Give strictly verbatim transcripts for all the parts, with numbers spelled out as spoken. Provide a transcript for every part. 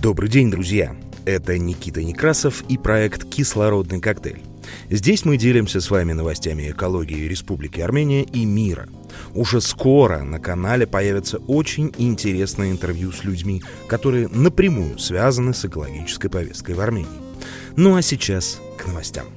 Добрый день, друзья! Это Никита Некрасов и проект «Кислородный коктейль». Здесь мы делимся с вами новостями экологии Республики Армения и мира. Уже скоро на канале появятся очень интересные интервью с людьми, которые напрямую связаны с экологической повесткой в Армении. Ну а сейчас к новостям.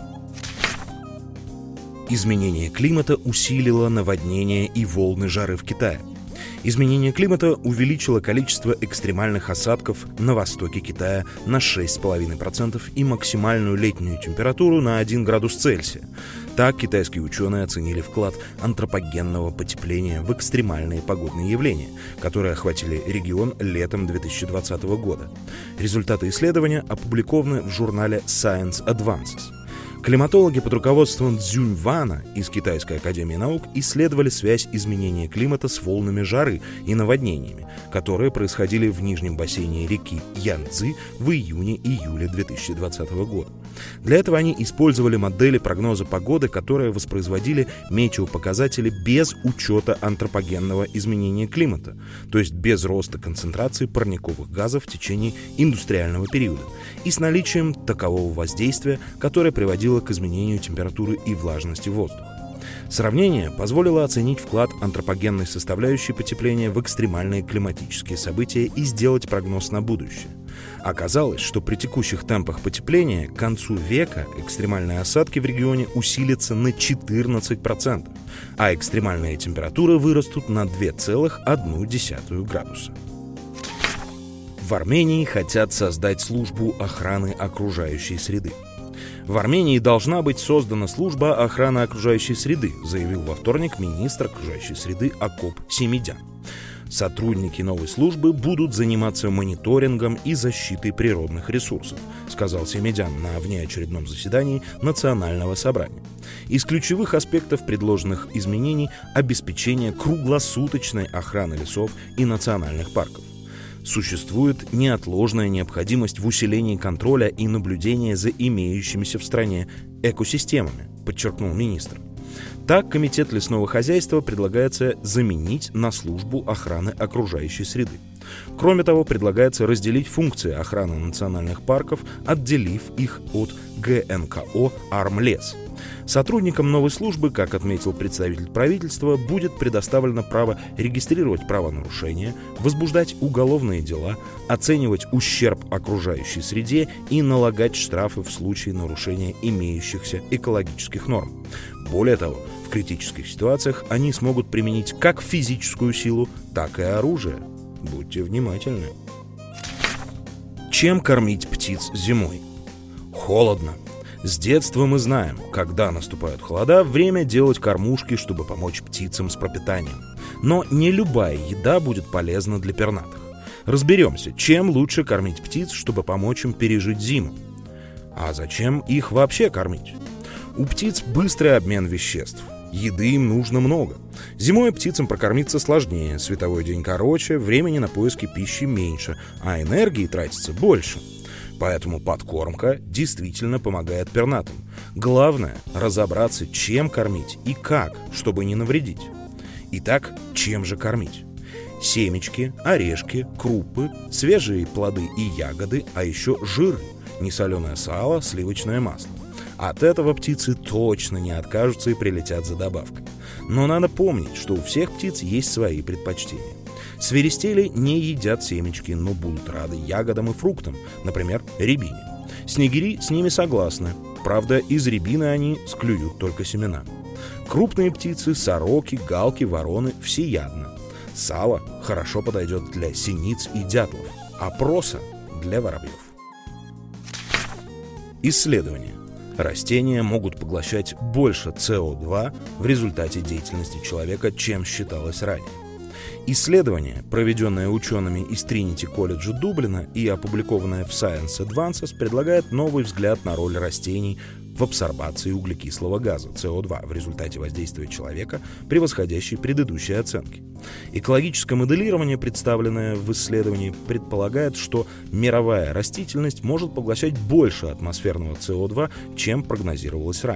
Изменение климата усилило наводнения и волны жары в Китае. Изменение климата увеличило количество экстремальных осадков на востоке Китая на шесть целых пять десятых процента и максимальную летнюю температуру на один градус Цельсия. Так китайские ученые оценили вклад антропогенного потепления в экстремальные погодные явления, которые охватили регион летом две тысячи двадцатого года. Результаты исследования опубликованы в журнале Science Advances. Климатологи под руководством Цзюнь Вана из Китайской академии наук исследовали связь изменения климата с волнами жары и наводнениями, которые происходили в нижнем бассейне реки Янцзы в июне-июле две тысячи двадцатого года. Для этого они использовали модели прогноза погоды, которые воспроизводили метеопоказатели без учета антропогенного изменения климата, то есть без роста концентрации парниковых газов в течение индустриального периода и с наличием такового воздействия, которое приводило к изменению температуры и влажности воздуха. Сравнение позволило оценить вклад антропогенной составляющей потепления в экстремальные климатические события и сделать прогноз на будущее. Оказалось, что при текущих темпах потепления к концу века экстремальные осадки в регионе усилятся на четырнадцать процентов, а экстремальные температуры вырастут на два целых одна десятая градуса. В Армении хотят создать службу охраны окружающей среды. В Армении должна быть создана служба охраны окружающей среды, заявил во вторник министр окружающей среды Акоп Семидян. Сотрудники новой службы будут заниматься мониторингом и защитой природных ресурсов, сказал Семидян на внеочередном заседании Национального собрания. Из ключевых аспектов предложенных изменений – обеспечение круглосуточной охраны лесов и национальных парков. Существует неотложная необходимость в усилении контроля и наблюдения за имеющимися в стране экосистемами, подчеркнул министр. Так, Комитет лесного хозяйства предлагается заменить на службу охраны окружающей среды. Кроме того, предлагается разделить функции охраны национальных парков, отделив их от гэ эн ка о «Армлес». Сотрудникам новой службы, как отметил представитель правительства, будет предоставлено право регистрировать правонарушения, возбуждать уголовные дела, оценивать ущерб окружающей среде и налагать штрафы в случае нарушения имеющихся экологических норм. Более того, в критических ситуациях они смогут применить как физическую силу, так и оружие. Будьте внимательны. Чем кормить птиц зимой? Холодно. С детства мы знаем, когда наступают холода, время делать кормушки, чтобы помочь птицам с пропитанием. Но не любая еда будет полезна для пернатых. Разберемся, чем лучше кормить птиц, чтобы помочь им пережить зиму. А зачем их вообще кормить? У птиц быстрый обмен веществ. Еды им нужно много. Зимой птицам прокормиться сложнее, световой день короче, времени на поиски пищи меньше, а энергии тратится больше. Поэтому подкормка действительно помогает пернатым. Главное – разобраться, чем кормить и как, чтобы не навредить. Итак, чем же кормить? Семечки, орешки, крупы, свежие плоды и ягоды, а еще жиры, несоленое сало, сливочное масло. От этого птицы точно не откажутся и прилетят за добавкой. Но надо помнить, что у всех птиц есть свои предпочтения. Свиристели не едят семечки, но будут рады ягодам и фруктам, например, рябине. Снегири с ними согласны, правда, из рябины они склюют только семена. Крупные птицы, сороки, галки, вороны – всеядны. Сало хорошо подойдет для синиц и дятлов, а проса – для воробьев. Исследования. Растения могут поглощать больше цэ о два в результате деятельности человека, чем считалось ранее. Исследование, проведенное учеными из Тринити колледжа Дублина и опубликованное в Science Advances, предлагает новый взгляд на роль растений в абсорбации углекислого газа цэ о два в результате воздействия человека, превосходящей предыдущие оценки. Экологическое моделирование, представленное в исследовании, предполагает, что мировая растительность может поглощать больше атмосферного цэ о два, чем прогнозировалось ранее.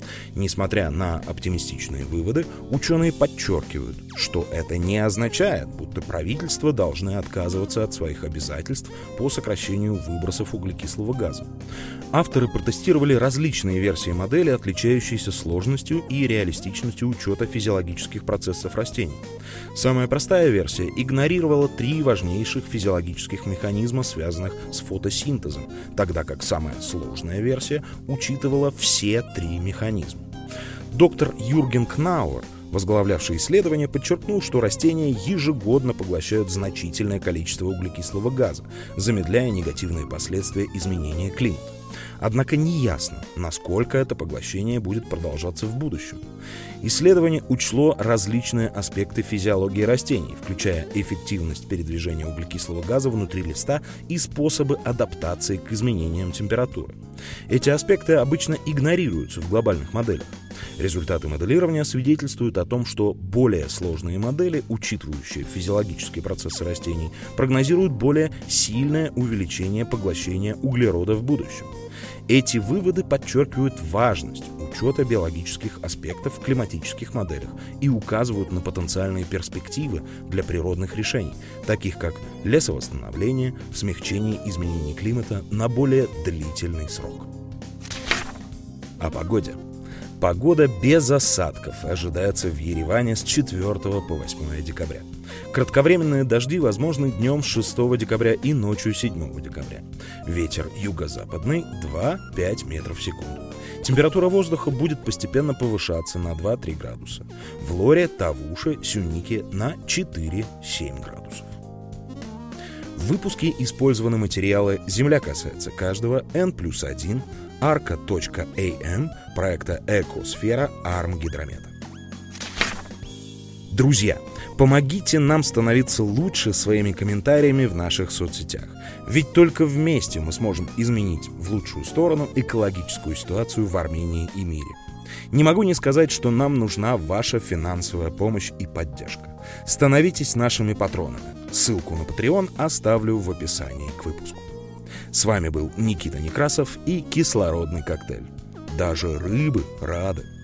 Несмотря на оптимистичные выводы, ученые подчеркивают, что это не означает, будто правительства должны отказываться от своих обязательств по сокращению выбросов углекислого газа. Авторы протестировали различные версии модели, отличающиеся сложностью и реалистичностью учета физиологических процессов растений. Самая простая версия игнорировала три важнейших физиологических механизма, связанных с фотосинтезом, тогда как самая сложная версия учитывала все три механизма. Доктор Юрген Кнауэр, возглавлявший исследование, подчеркнул, что растения ежегодно поглощают значительное количество углекислого газа, замедляя негативные последствия изменения климата. Однако неясно, насколько это поглощение будет продолжаться в будущем. Исследование учло различные аспекты физиологии растений, включая эффективность передвижения углекислого газа внутри листа и способы адаптации к изменениям температуры. Эти аспекты обычно игнорируются в глобальных моделях. Результаты моделирования свидетельствуют о том, что более сложные модели, учитывающие физиологические процессы растений, прогнозируют более сильное увеличение поглощения углерода в будущем. Эти выводы подчеркивают важность учета биологических аспектов в климатических моделях и указывают на потенциальные перспективы для природных решений, таких как лесовосстановление в смягчении изменений климата на более длительный срок. О погоде. Погода без осадков ожидается в Ереване с четвёртого по восьмое декабря. Кратковременные дожди возможны днем с шестого декабря и ночью седьмого декабря. Ветер юго-западный два-пять метров в секунду. Температура воздуха будет постепенно повышаться на два-три градуса. В Лоре, Тавуше, Сюнике на четыре-семь градусов. В выпуске использованы материалы «Земля касается каждого», Н плюс один, Арка.ам, проекта «Экосфера», Армгидромета. Друзья, помогите нам становиться лучше своими комментариями в наших соцсетях. Ведь только вместе мы сможем изменить в лучшую сторону экологическую ситуацию в Армении и мире. Не могу не сказать, что нам нужна ваша финансовая помощь и поддержка. Становитесь нашими патронами. Ссылку на Patreon оставлю в описании к выпуску. С вами был Никита Некрасов и кислородный коктейль. Даже рыбы рады.